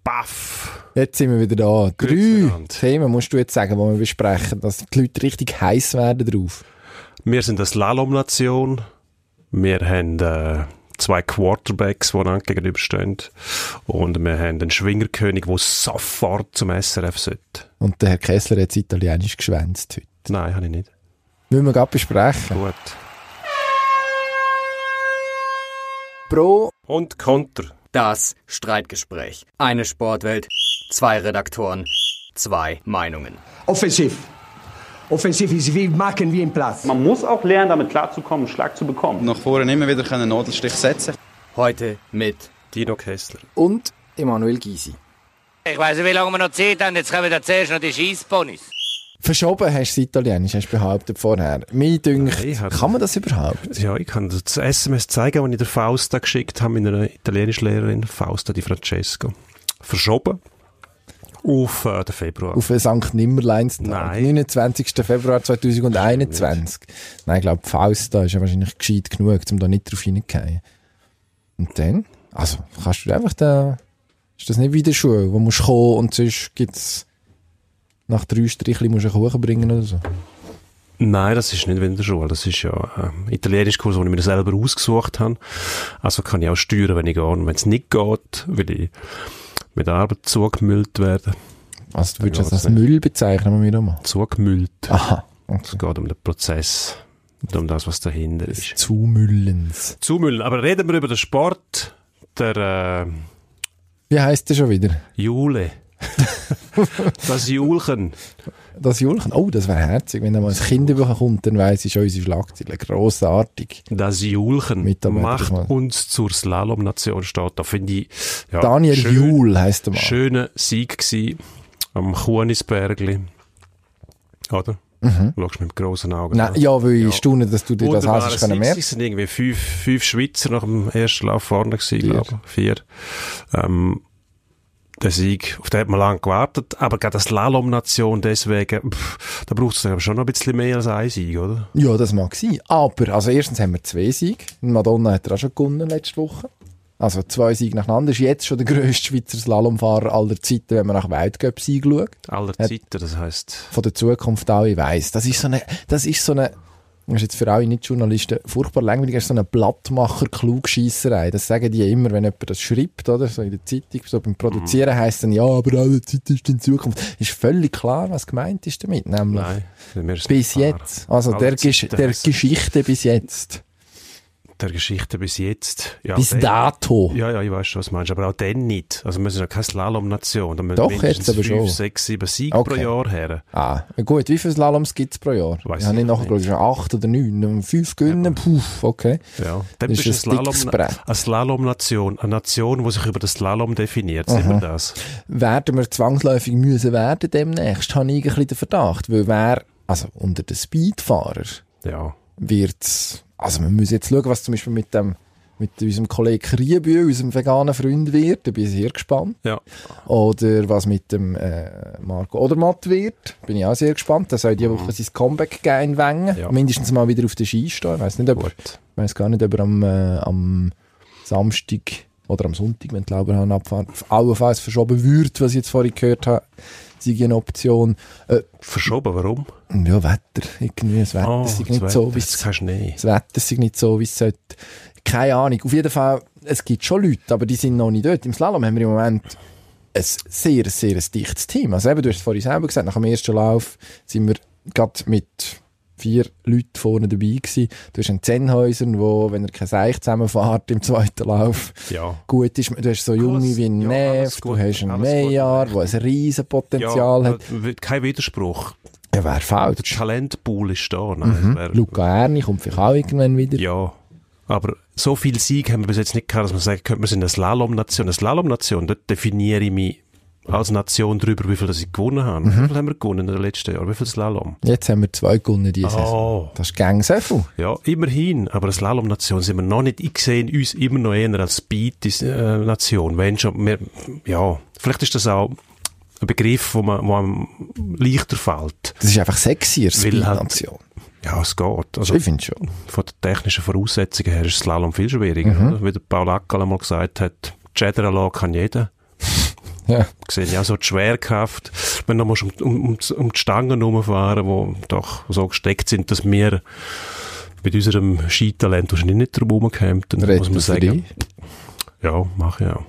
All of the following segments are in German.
Baff. Jetzt sind wir wieder da. Grüezi 3 miteinander. Themen musst du jetzt sagen, die wir besprechen, dass die Leute richtig heiß werden drauf. Wir sind eine Slalom-Nation. Wir haben 2 Quarterbacks, die einander gegenüberstehen. Und wir haben einen Schwingerkönig, der sofort zum SRF sollte. Und der Herr Kessler hat italienisch geschwänzt heute. Nein, habe ich nicht. Müssen wir gerade besprechen. Gut. Pro Und Konter. Das Streitgespräch. Eine Sportwelt, 2 Redaktoren, 2 Meinungen. Offensiv. Offensiv ist wie machen wie im Platz. Man muss auch lernen, damit klarzukommen, einen Schlag zu bekommen. Nach vorne immer wieder einen Nadelstich setzen. Heute mit Dino Kessler. und Emanuel Gysi. Ich weiss nicht, wie lange wir noch Zeit haben. Jetzt kommen da zuerst noch die Scheissponys. Verschoben hast du das Italienisch, hast du behauptet vorher. Mir dünkt, Nein, kann man das überhaupt? Ja, ich kann das SMS zeigen, das ich der Fausta geschickt habe, meiner Italienischlehrerin, Fausta Di Francesco. Verschoben auf den Februar. Auf einen St. Nimmerleinstag. Nein. 29. Februar 2021. Nein, ich glaube, Fausta ist ja wahrscheinlich gescheit genug, um da nicht drauf hineingehen. Und dann? Also, kannst du einfach da... Ist das nicht wie der Schule, wo musst du kommen und sonst gibt's nach 3 Strichli musst du einen Kuchen bringen oder so? Nein, das ist nicht wie in der Schule. Das ist ja Italienisch-Kurs, den ich mir selber ausgesucht habe. Also kann ich auch steuern, wenn ich gehe. Und wenn es nicht geht, will ich mit der Arbeit zugemüllt werden. Also du würdest Ja, das als das nicht. Müll bezeichnen, wir wieder mal. Zugemüllt. Aha. Es geht um den Prozess und um das, was dahinter Des ist. Zumüllens. Zumüllen. Aber reden wir über den Sport. Der Wie heisst der schon wieder? Jule. Das Julchen. Das Julchen. Oh, das wäre herzig. Wenn da mal ein Kind kommt, dann weiss ich schon unsere Schlagzeile. Grossartig. Das Julchen Mitarbeiter macht mal. uns zur Slalom-Nation steht. Da finde ich, ja, Daniel Juhl heisst der Mann. schöner Sieg gsi am Kunisbergli. Oder? Schaust mit grossen Augen. Nein, ja, weil ich staune, dass du dir das Wunderbarer hast können Sieg. merken. Es sind irgendwie fünf Schweizer nach dem ersten Lauf vorne gewesen, glaube ich. 4. Der Sieg, auf den hat man lange gewartet, aber gerade als Slalom-Nation deswegen, da braucht es aber schon noch ein bisschen mehr als einen Sieg, oder? Ja, das mag sein. Aber, also erstens haben wir 2 Siege. Madonna hat er auch schon gewonnen letzte Woche. Also 2 Siege nacheinander. Ist jetzt schon der grösste Schweizer Slalomfahrer aller Zeiten, wenn man nach Weltcup-Sieg schaut. Aller Zeiten, das heisst, Von der Zukunft auch, ich weiss. Das ist so eine, das ist jetzt für alle Nicht-Journalisten furchtbar langweilig, das ist so eine Blattmacher-Klugscheisserei. Das sagen die immer, wenn jemand das schreibt, oder? So in der Zeitung, so beim Produzieren heisst dann, ja, aber alle Zeit ist in Zukunft. Ist völlig klar, was gemeint ist damit, nämlich. nein, mir ist Bis klar. jetzt. Also Aller der Zeiten heisst- Geschichte bis jetzt. Der Geschichte bis jetzt. Ja, Bis dann- dato. Ja, ich weiss schon, was du meinst, aber auch dann nicht. Also wir sind ja keine Slalom-Nation. Da müssen Doch, mindestens jetzt aber schon. 5, 6, 7 Siege Okay. pro Jahr her. Ah, gut, wie viele Slaloms gibt es pro Jahr? Weiss Ich habe nicht ich nachgeschaut, schon 8 oder 9. Und 5 gewinnen, puh, okay. Ja. Dann Das bist ist du ein dickes Brett. eine Slalom-Nation. Eine Nation, die sich über das Slalom definiert. Sind wir das? Werden wir zwangsläufig müssen werden demnächst, habe ich ein bisschen den Verdacht. Weil unter den Speedfahrern Ja. wird's, also wir müssen jetzt schauen, was zum Beispiel mit unserem Kollegen Kriebü, unserem veganen Freund wird. Da bin ich sehr gespannt. Ja. Oder was mit dem Marco Odermatt wird. Bin ich auch sehr gespannt. Der soll diese Woche sein Comeback geben in Wengen. Ja. Mindestens mal wieder auf der Ski stehen. Ich weiss gar nicht, ob er am Samstag oder am Sonntag, wenn die Lauberhahn-Abfahrt allenfalls verschoben wird, was ich jetzt vorhin gehört habe, sei eine Option. Verschoben, warum? Ja, Wetter. Irgendwie, das Wetter sei nicht so, wie es kein Schnee. das Wetter sei nicht so, wie es sollte. Keine Ahnung. Auf jeden Fall, es gibt schon Leute, aber die sind noch nicht dort. Im Slalom haben wir im Moment ein sehr dichtes Team. Also eben, du hast es vorhin selber gesagt, nach dem ersten Lauf sind wir gerade mit 4 Leuten vorne dabei gewesen. Du hast einen Zennhäuser, wo, wenn er kein Seich zusammenfährt im zweiten Lauf, Ja. gut ist. Du hast so Junge wie ein ja, Neff, alles du gut, hast einen alles gut. Meyer, der ein riesen Potenzial hat. Kein Widerspruch. Ja, wäre Der falsch. Talentpool ist da. Nein, wär, Luca Erni kommt vielleicht auch irgendwann wieder. ja. Aber so viel Sieg haben wir bis jetzt nicht gehabt, dass man sagen könnte, wir sind eine Slalom-Nation. Eine Slalom-Nation, dort definiere ich mich als Nation darüber, wie viel das ich gewonnen habe. Wie viel haben wir gewonnen in den letzten Jahren? Wie viel Slalom? Jetzt haben wir 2 gewonnen diese Saison. Oh. Das ist gang so viel. Ja, immerhin. Aber eine Slalom-Nation sind wir noch nicht. Ich sehe uns immer noch eher als Speed-Nation. Wenn schon, ja, vielleicht ist das auch ein Begriff, wo einem leichter fällt. Das ist einfach sexier, Weil halt- Speed-Nation. Ja, es geht. Also, Ich finde schon. von den technischen Voraussetzungen her ist Slalom viel schwieriger. Oder? Wie der Paul Ackerl einmal gesagt hat, Cheddar kann jeder. sehe ich auch so die Schwerkraft, wenn du musst um die Stangen herumfahren, die doch so gesteckt sind, dass wir mit unserem Skitalent wahrscheinlich nicht drum herumkommen, dann muss man sagen, ja, mache ich auch.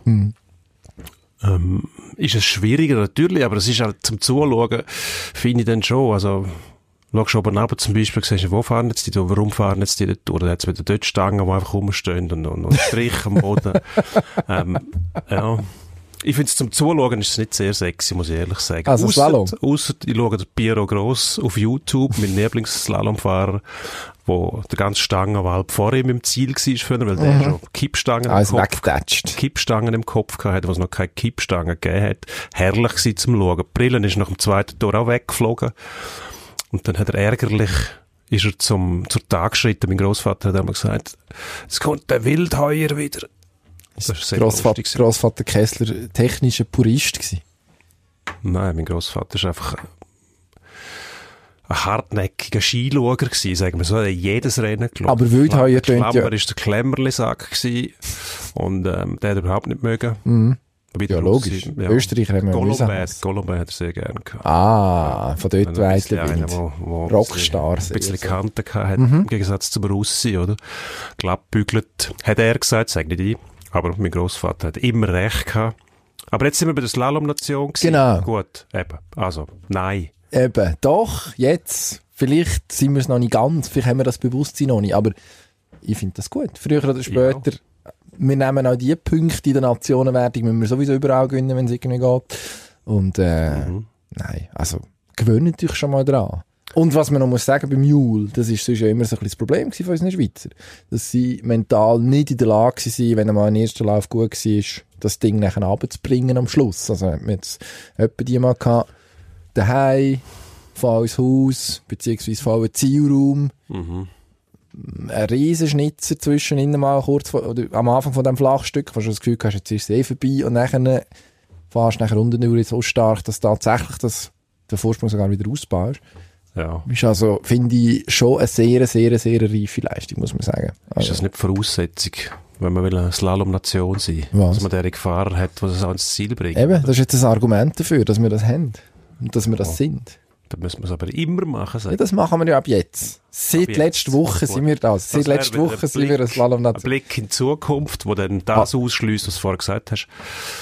Ist es schwieriger natürlich, aber es ist halt zum Zuschauen, finde ich dann schon, also schaust du oben runter zum Beispiel, siehst du, wo fahren jetzt die, warum fahren jetzt die dort durch, dann hat es wieder dort Stangen, die einfach rumstehen und Strich am Boden. Ja. Ich finde es zum Zuschauen ist es nicht sehr sexy, muss ich ehrlich sagen. Also Slalom? Ausser ich schaue den Piero Gross auf YouTube, mein Lieblingsslalomfahrer, wo der ganze Stangenwald vor ihm im Ziel war früher, weil der schon Kippstangen im Kopf hatte, wo es noch keine Kippstangen gegeben hat. Herrlich gewesen zum Schauen. Die Brille ist nach dem zweiten Tor auch weggeflogen. Und dann hat er ärgerlich, ist er zur Tag geschritten. Mein Grossvater hat einmal gesagt, es kommt der Wildheuer wieder. Grossvater Kessler technischer Purist gewesen? Nein, mein Grossvater war einfach ein hartnäckiger Skischauer gewesen, sagen wir so. Er hat jedes Rennen geschaut. Aber Wildheuer tönt ja... Schlammer war der Klemmerli-Sack gewesen. Und der hat überhaupt nicht mögen. Ja, logisch. Ja. Österreicher haben wir Golombert hat er sehr gerne gehabt. Ah, von dort weiss der Wind. Rockstar. Ein bisschen Kante gehabt, im Gegensatz zum Russi, oder? Glattbügelt, hat er gesagt, sag nicht ich. Aber mein Grossvater hat immer recht gehabt. Aber jetzt sind wir bei der Slalom-Nation gewesen. Genau. Gut, eben. Also, nein. Eben, doch, jetzt. Vielleicht sind wir es noch nicht ganz, vielleicht haben wir das Bewusstsein noch nicht, aber ich finde das gut. Früher oder später, wir nehmen auch die Punkte in der Nationenwertung, müssen wir sowieso überall gewinnen, wenn es irgendwie geht. Und, nein, also, gewöhnt euch schon mal dran. Und was man noch muss sagen beim Jule, das ist sonst ja immer so ein bisschen das Problem von unseren Schweizer, dass sie mental nicht in der Lage waren, wenn einmal ein erster Lauf gut war, das Ding nachher runterzubringen am Schluss. Also haben wir jetzt etwa die mal gehabt, daheim, von ins Haus, beziehungsweise von einem Zielraum, ein riesen Schnitzer zwischendrin mal kurz oder am Anfang von diesem Flachstück, wo du das Gefühl hast, jetzt ist es eh vorbei und nachher fährst du nachher unten so stark, dass tatsächlich der Vorsprung sogar wieder ausbaust. Ja. Ist also, finde ich, schon eine sehr, sehr, sehr reife Leistung, muss man sagen. Also, ist das nicht Voraussetzung, wenn man eine Slalom-Nation sein will, dass man derige Fahrer hat, die das auch ins Ziel bringt? Eben, das ist jetzt ein Argument dafür, dass wir das haben und dass wir das sind. Dann müssen wir es aber immer machen. Ja, das machen wir ja ab jetzt. Seit letzter Woche sind wir das. Seit letzter Woche sind wir eine Slalom-Nation. Ein Blick in die Zukunft, wo dann das ausschliesst, was du vorher gesagt hast.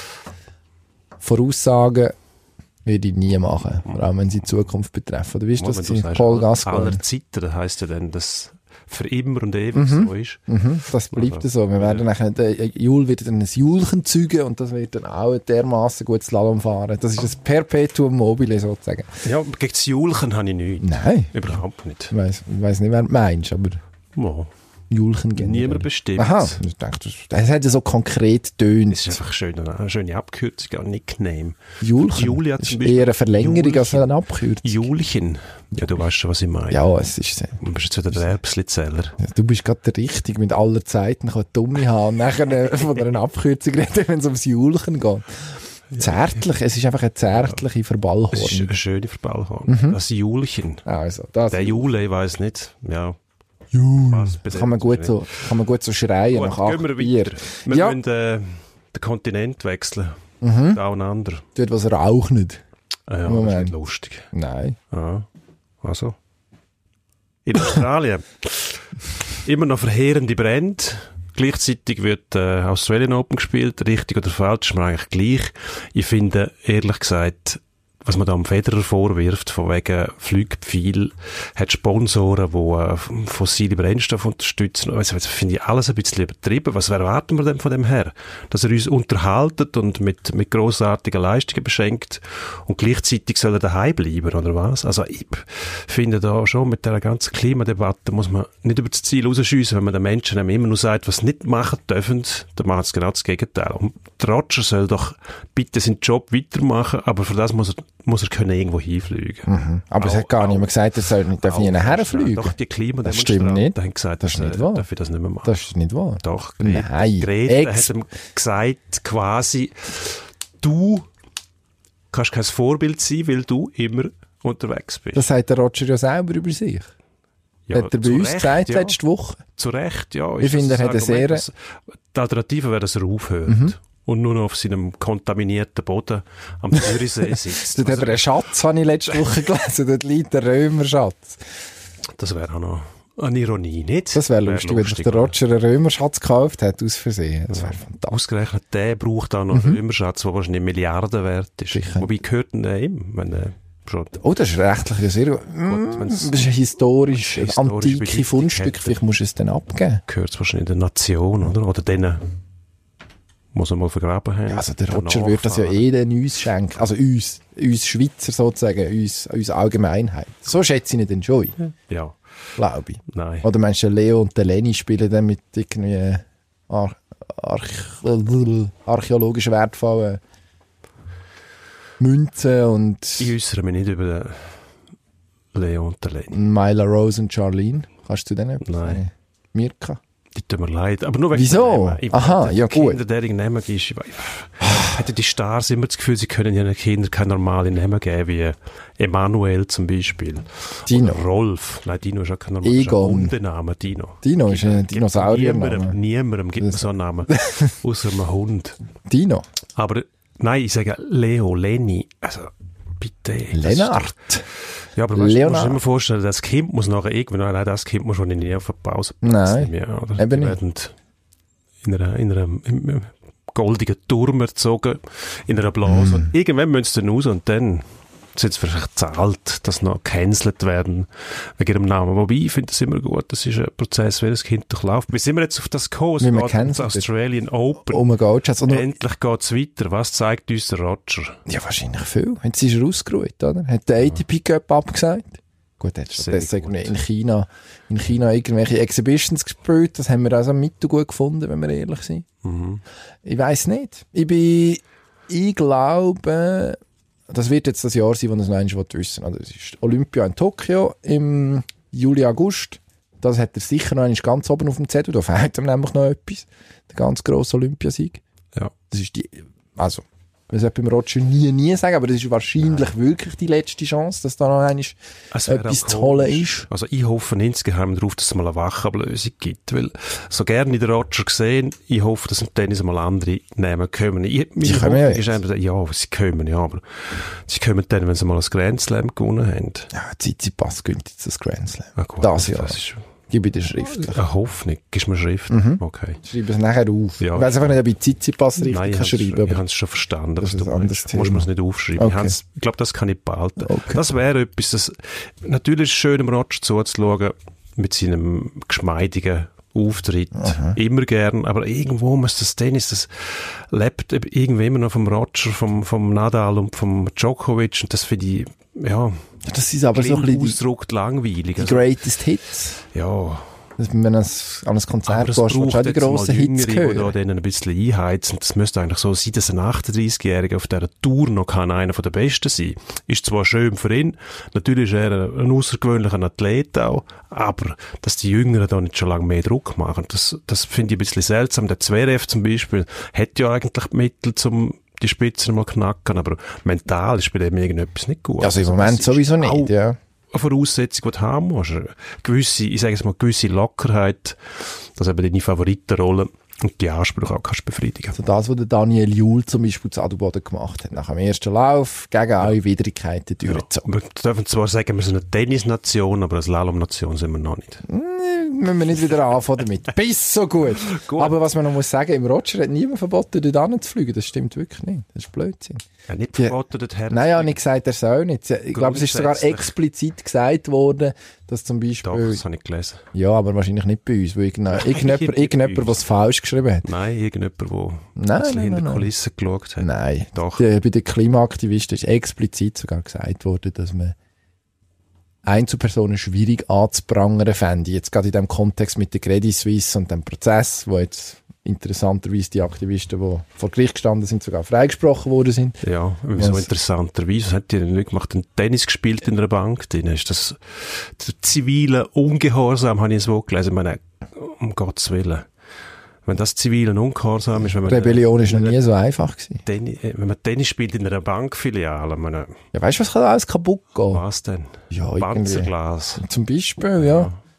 Voraussagen würde ich nie machen, vor allem wenn sie die Zukunft betreffen. Oder wie ist das? Paul Gascoigne. Aller Zeiten, das heisst ja dann, dass für immer und ewig so ist. Das bleibt so. Wir werden nachher, der Jul wird dann ein Julchen zügen und das wird dann auch dermassen gut Slalom fahren. Das ist ein Perpetuum mobile sozusagen. Ja, gegen das Julchen habe ich nichts. Nein. Überhaupt nicht. Ich weiss nicht, wer du meinst, aber... Ja. Julchen generell. Niemand bestimmt. Aha, ich dachte, das hat ja so konkret tönt. Das ist einfach eine schöne Abkürzung, ein Nickname. Julchen? Julia ist eher eine Verlängerung als eine Abkürzung. Julchen. Ja, du weißt schon, was ich meine. Ja, es ist... Du bist jetzt wieder der Erbsli-Zeller. Ja, du bist gerade der Richtige mit aller Zeiten. Ich kann dumme haben und nachher von einer Abkürzung reden, wenn es ums Julchen geht. Zärtlich, es ist einfach eine zärtliche Verballhornung. Es ist eine schöne Verballhornung. Das Julchen. Also, das der Jule, ich weiss nicht. Ja. Das kann man gut so schreien nach 8 Bier. Wir müssen den Kontinent wechseln. Down-under. Dort was raucht nicht. Ja, das ist nicht lustig. Nein. Ja, also. In Australien immer noch verheerende Brände. Gleichzeitig wird Australian Open gespielt. Richtig oder falsch ist mir eigentlich gleich. Ich finde, ehrlich gesagt, was man da am Federer vorwirft, von wegen Flugpfeil, hat Sponsoren, die fossile Brennstoffe unterstützen. Also, finde ich alles ein bisschen übertrieben. Was erwarten wir denn von dem her? Dass er uns unterhaltet und mit grossartigen Leistungen beschenkt und gleichzeitig soll er daheim bleiben, oder was? Also, ich finde da schon, mit dieser ganzen Klimadebatte muss man nicht über das Ziel rausschiessen, wenn man den Menschen immer nur sagt, was sie nicht machen dürfen, dann machen sie genau das Gegenteil. Und der Roger soll doch bitte seinen Job weitermachen, aber für das muss er können irgendwo hinfliegen. Aber es hat gar niemand gesagt, er soll nicht nie herfliegen. Doch, die Klimademonstranten haben gesagt, das ist nicht wahr. Darf ich das nicht mehr machen. Das ist nicht wahr. Doch, Nein. Greta hat ihm gesagt, quasi, du kannst kein Vorbild sein, weil du immer unterwegs bist. Das sagt der Roger ja selber über sich. Ja, hat er bei uns gesagt, letzte Woche. Zu Recht, ja. Ich finde, er hat eine sehr... Die Alternative wäre, dass er aufhört. und nur noch auf seinem kontaminierten Boden am Zürichsee sitzt. Dort hat er einen Schatz, habe ich letzte Woche gelesen. Dort liegt der Römerschatz. Das wäre auch noch eine Ironie, nicht? Das wäre lustig, wenn sich der Roger einen Römerschatz gekauft hat, aus Versehen. Das wäre fantastisch. Ausgerechnet der braucht auch noch einen Römerschatz, der wahrscheinlich Milliarden wert ist. Sicher. Wobei gehört denn der ihm? Wenn, schon Oh, das ist rechtlich ja sehr gut. Das ist ein historisch antike Bedeutung Fundstück. hätte. Vielleicht musst du es dann abgeben. gehört es wahrscheinlich der Nation, oder denen muss er mal vergraben haben. Ja, also der Roger würde das ja uns schenken. Also uns Schweizer sozusagen, uns Allgemeinheit. So schätze ich ihn dann schon, Ja, glaube ich. nein. Oder meinst du, Leo und der Lenny spielen dann mit irgendwie archäologisch wertvollen Münzen und Ich äußere mich nicht über den Leo und den Lenny. Myla Rose und Charlene. Kannst du denn etwas Nein. sagen? Mirka? Die tut mir leid. Aber nur wegen Wieso? den Namen. Ich Aha, meine, ja, die gut. Kinder, deren Namen gibst, hätten die Stars immer das Gefühl, sie können ihren Kindern keine normalen Namen geben, wie Emanuel zum Beispiel. Dino. Oder Rolf. Nein, Dino ist auch kein normaler Egon. Hundename, Dino. Dino ist ein Dinosauriername. Niemandem gibt man so einen Namen, außer einem Hund. Dino. Aber nein, ich sage Leo, Lenny, also bitte. das Lennart. ist doch- Ja, aber weißt, du musst Leonard. dir immer vorstellen, das Kind muss nachher irgendwann, allein das Kind muss schon nie auf eine Pause Nein, mehr, oder? eben Die nicht. werden in einem goldigen Turm erzogen, in einer Blase. Und irgendwann müssen sie dann raus und dann sind sie vielleicht zahlt, dass noch gecancelt werden wegen ihrem Namen. Wobei, ich finde das immer gut, das ist ein Prozess, wie das Kind durchläuft. Wie sind wir jetzt auf das gekommen? Wie man Es geht um das cancelt. Australian Open. Oh mein Gott, Schatz. Und Endlich geht es weiter. Was zeigt uns der Roger? ja, wahrscheinlich viel. Jetzt ist er ausgeruht, oder? Hat der ATP Cup abgesagt? Gut, er hat Sehr stattdessen gut. irgendwie in China irgendwelche Exhibitions gespielt. Das haben wir also mittelgut gefunden, wenn wir ehrlich sind. Ich weiss nicht. Ich glaube, das wird jetzt das Jahr sein, wo er es noch einmal wissen will. Also, es ist Olympia in Tokio im Juli, August. Das hat er sicher noch einmal ganz oben auf dem Zettel. Da fehlt ihm nämlich noch etwas. Der ganz grosse Olympiasieg. Ja. Das ist also, das sollte beim Roger nie sagen, aber das ist wahrscheinlich wirklich die letzte Chance, dass da noch einmal Es wäre etwas auch zu holen komisch. ist. Also ich hoffe insgeheim darauf, dass es mal eine Wachablösung gibt, weil so gerne ich den Roger gesehen, ich hoffe, dass im Tennis mal andere Namen kommen. Meine kommen ja Hoffnung ist einfach, ja, sie kommen, ja, aber sie kommen dann, wenn sie mal ein Grand Slam gewonnen haben. Ja, Tsitsipas gönnt jetzt das Grand Slam. Ah, gut, Das Jahr. das ist Gib ich dir schriftlich. eine Hoffnung. Gibst du mir Schrift? Okay. Schreib es nachher auf. Ja. Ich weiss einfach nicht, ob ich Tsitsipas richtig Nein, kann schreiben ich kann. habe es schon verstanden. Das was ist du ein anderes meinst. Muss man es Thema. nicht aufschreiben. Okay. Ich glaube, das kann ich behalten. Okay. Das wäre etwas, das natürlich ist es schön, dem Roger zuzuschauen, mit seinem geschmeidigen Auftritt. Immer gern, aber irgendwo muss das Tennis, das lebt irgendwie immer noch vom Roger, vom Nadal und vom Djokovic, und das finde ich, ja, Das ist aber so ein bisschen ausgedrückt langweilig. die Also, Greatest Hits. ja, Wenn du an ein Konzert gehst, willst du auch die grossen Hits Jüngere, die da hören. denen ein bisschen einheizen. Das müsste eigentlich so sein, dass ein 38-Jähriger auf dieser Tour noch einer der Besten sein. Ist zwar schön für ihn, natürlich ist er ein außergewöhnlicher Athlet auch, aber dass die Jüngeren da nicht schon lange mehr Druck machen, das finde ich ein bisschen seltsam. Der Zverev zum Beispiel hat ja eigentlich die Mittel, um die Spitze mal knacken, aber mental ist bei dem irgendetwas nicht gut. Also im Moment das ist sowieso auch nicht, ja. eine Voraussetzung, die du haben musst. Gewisse Lockerheit, dass eben deine Favoritenrolle und die Ansprüche auch kannst befriedigen. Also das, was der Daniel Juhl zum Beispiel zu Adelboden gemacht hat, nach dem ersten Lauf, gegen alle Widrigkeiten durchgezogen. Wir dürfen zwar sagen, wir sind eine Tennisnation, aber eine Slalomnation sind wir noch nicht. Müssen wir nicht wieder anfangen damit. Bis so gut. Aber was man noch muss sagen, im Roger hat niemand verboten, dort hinzufliegen. Das stimmt wirklich nicht. Das ist Blödsinn. Ja, nicht Die- verboten, dorthin Nein, ich habe nicht gesagt, er soll nicht. Ich glaube, es ist sogar Grundsätzlich. explizit gesagt worden, dass zum Doch, Beispiel... das habe ich gelesen. Ja, aber wahrscheinlich nicht bei uns, weil irgendjemand, der es falsch geschrieben hat. Nein, irgendjemand, der ein Nein, bisschen nein, hinter nein, die nein. Kulissen geschaut hat. Nein. Doch. Bei den Klimaaktivisten ist explizit sogar gesagt worden, dass man Einzelpersonen schwierig anzuprangern fände. Jetzt gerade in dem Kontext mit der Credit Suisse und dem Prozess, wo jetzt interessanterweise die Aktivisten, die vor Gericht gestanden sind, sogar freigesprochen worden sind. Ja, so Was? interessanterweise. Was hat die denn nicht gemacht? Ein Tennis gespielt in einer Bank drin. Ist das der zivile Ungehorsam, habe ich so gelesen. Ich meine, um Gottes Willen. Wenn das zivilen Ungehorsam ist, wenn man Rebellion ist noch nie so einfach gewesen. Wenn man Tennis spielt in einer Bankfiliale, meine, Ja, weißt du, was kann alles kaputt gehen? was denn? Ja, irgendwie. Panzerglas. Zum Beispiel, ja.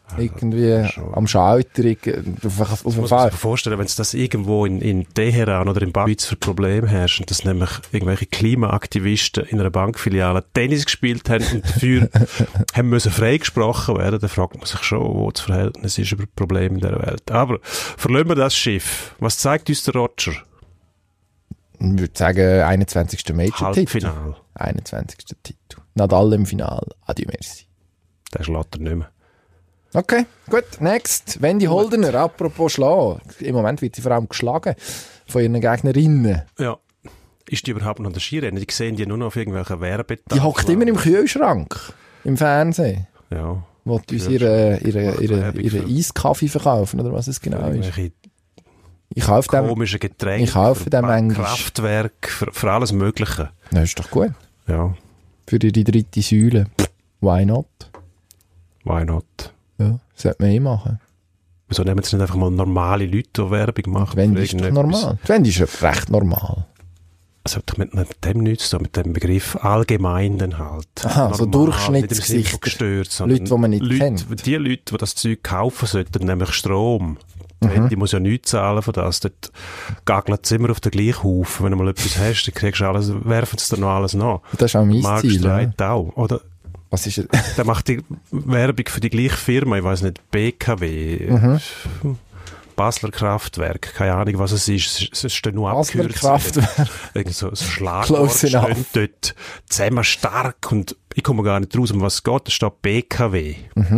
irgendwie am Schalterung auf Ich muss mir vorstellen, wenn es das irgendwo in Teheran oder in Babiz für Probleme herrscht und dass nämlich irgendwelche Klimaaktivisten in einer Bankfiliale Tennis gespielt haben und dafür haben müssen freigesprochen werden, dann fragt man sich schon, wo das Verhältnis ist über Probleme in dieser Welt. Aber verlassen wir das Schiff. Was zeigt uns der Roger? Ich würde sagen, 21. Major-Titel. Halbfinale. 21. Titel. Nadal im Finale. Adieu, merci. Der schlägt er nicht mehr. Okay, gut. Next. Wendy Holdener, apropos schlagen. Im Moment wird sie vor allem geschlagen von ihren Gegnerinnen. Ja. Ist die überhaupt noch an der Skirennen? Die sehen die nur noch auf irgendwelchen Werbetafeln. Die hockt immer im Kühlschrank. Im Fernsehen. Ja. Wollt uns ihre Eiskaffee verkaufen, oder was es genau ist. Ich kaufe dem komische Getränke, ich kaufe dem Kraftwerk, für alles Mögliche. Das ist doch gut. Ja. Für die dritte Säule. Why not? Why not? Ja, sollte man machen. Wieso nehmen sie nicht einfach mal normale Leute, die Werbung machen? Die Wendy ist doch normal. Die Wendy ist recht normal. Es hat doch mit dem nichts zu tun, mit dem Begriff allgemein dann halt. Aha, so Durchschnittsgesichter. Gestört, Leute, die man nicht kennt. Die Leute, die das Zeug kaufen sollten, nämlich Strom. Die muss ja nichts zahlen von das. Dort gagelt es immer auf den gleichen Haufen. Wenn du mal etwas hast, dann kriegst du alles, werfen sie dir noch alles nach. Das ist auch mein Ziel. Ja. Auch, oder? Was ist der macht die Werbung für die gleiche Firma, ich weiss nicht, BKW, Basler Kraftwerk, keine Ahnung, was es ist. Es steht nur Basler Kraftwerk. Irgend so ein Schlagwort steht dort, zusammen stark, und ich komme gar nicht raus, um was es geht, da steht BKW.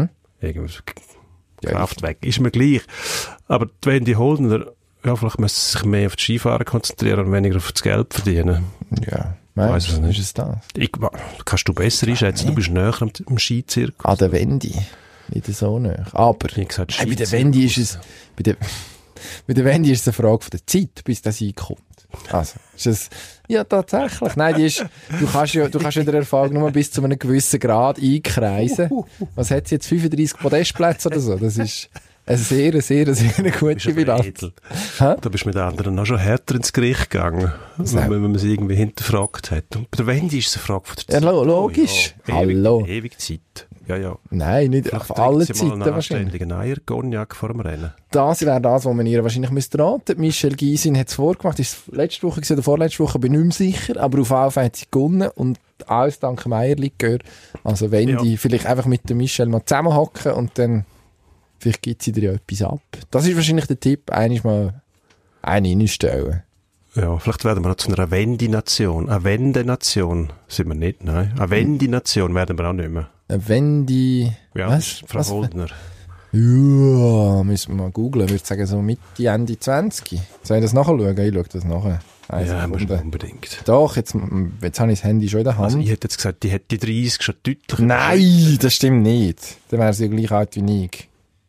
Kraftwerk, ist mir gleich. Aber wenn die Holdener, ja, vielleicht müssen sie sich mehr auf die Skifahren konzentrieren und weniger auf das Geld verdienen. Ja, weißt du, ist es das? Kannst du besser einschätzen, du bist näher am Skizirkus. Ah, der Wendy. Nicht so näher. Aber gesagt, bei der Wendy ist es, bei der Wendy ist es eine Frage von der Zeit, bis das einkommt. Also, ist es, ja, tatsächlich. Nein, du kannst ja der Erfahrung nur bis zu einem gewissen Grad einkreisen. Was hat sie jetzt? 35 Podestplätze oder so? Das ist eine sehr gute Bilanz. Da bist du mit anderen noch schon härter ins Gericht gegangen, wenn man sie irgendwie hinterfragt hat. Und bei der Wendy ist es eine Frage von der Zeit. Ja, logisch. Oh, ja. Hallo. Ewig Zeit. Ja. Nein, nicht auf alle Zeiten wahrscheinlich. Einen Eier-Cognac vor dem Rennen. Das wäre das, was man ihr wahrscheinlich raten müsste. Michelle Gysin hat es vorgemacht. Ist es letzte Woche oder vorletzte Woche, bin ich nicht mehr sicher. Aber auf jeden Fall hat sie gewonnen. Und alles dank dem Eierlikör. Also wenn die vielleicht einfach mit der Michelle mal zusammenhocken und dann vielleicht gibt sie dir ja etwas ab. Das ist wahrscheinlich der Tipp. Einmal mal einen reinstellen. Ja, vielleicht werden wir noch zu einer Wendy-Nation. Eine Wende-Nation sind wir nicht, nein. Eine Wendy-Nation werden wir auch nicht mehr. Eine Wendy... Ja, was? Frau Holdener. Ja, müssen wir mal googlen. Ich würde sagen, so Mitte, Ende 20. Soll ich das nachschauen? Ich schaue das nachher. Ja, unbedingt. Doch, jetzt habe ich das Handy schon in der Hand. Also ich hätte jetzt gesagt, die hätte die 30 schon deutlich... Nein, das stimmt nicht. Dann wäre sie ja gleich alt wie ich.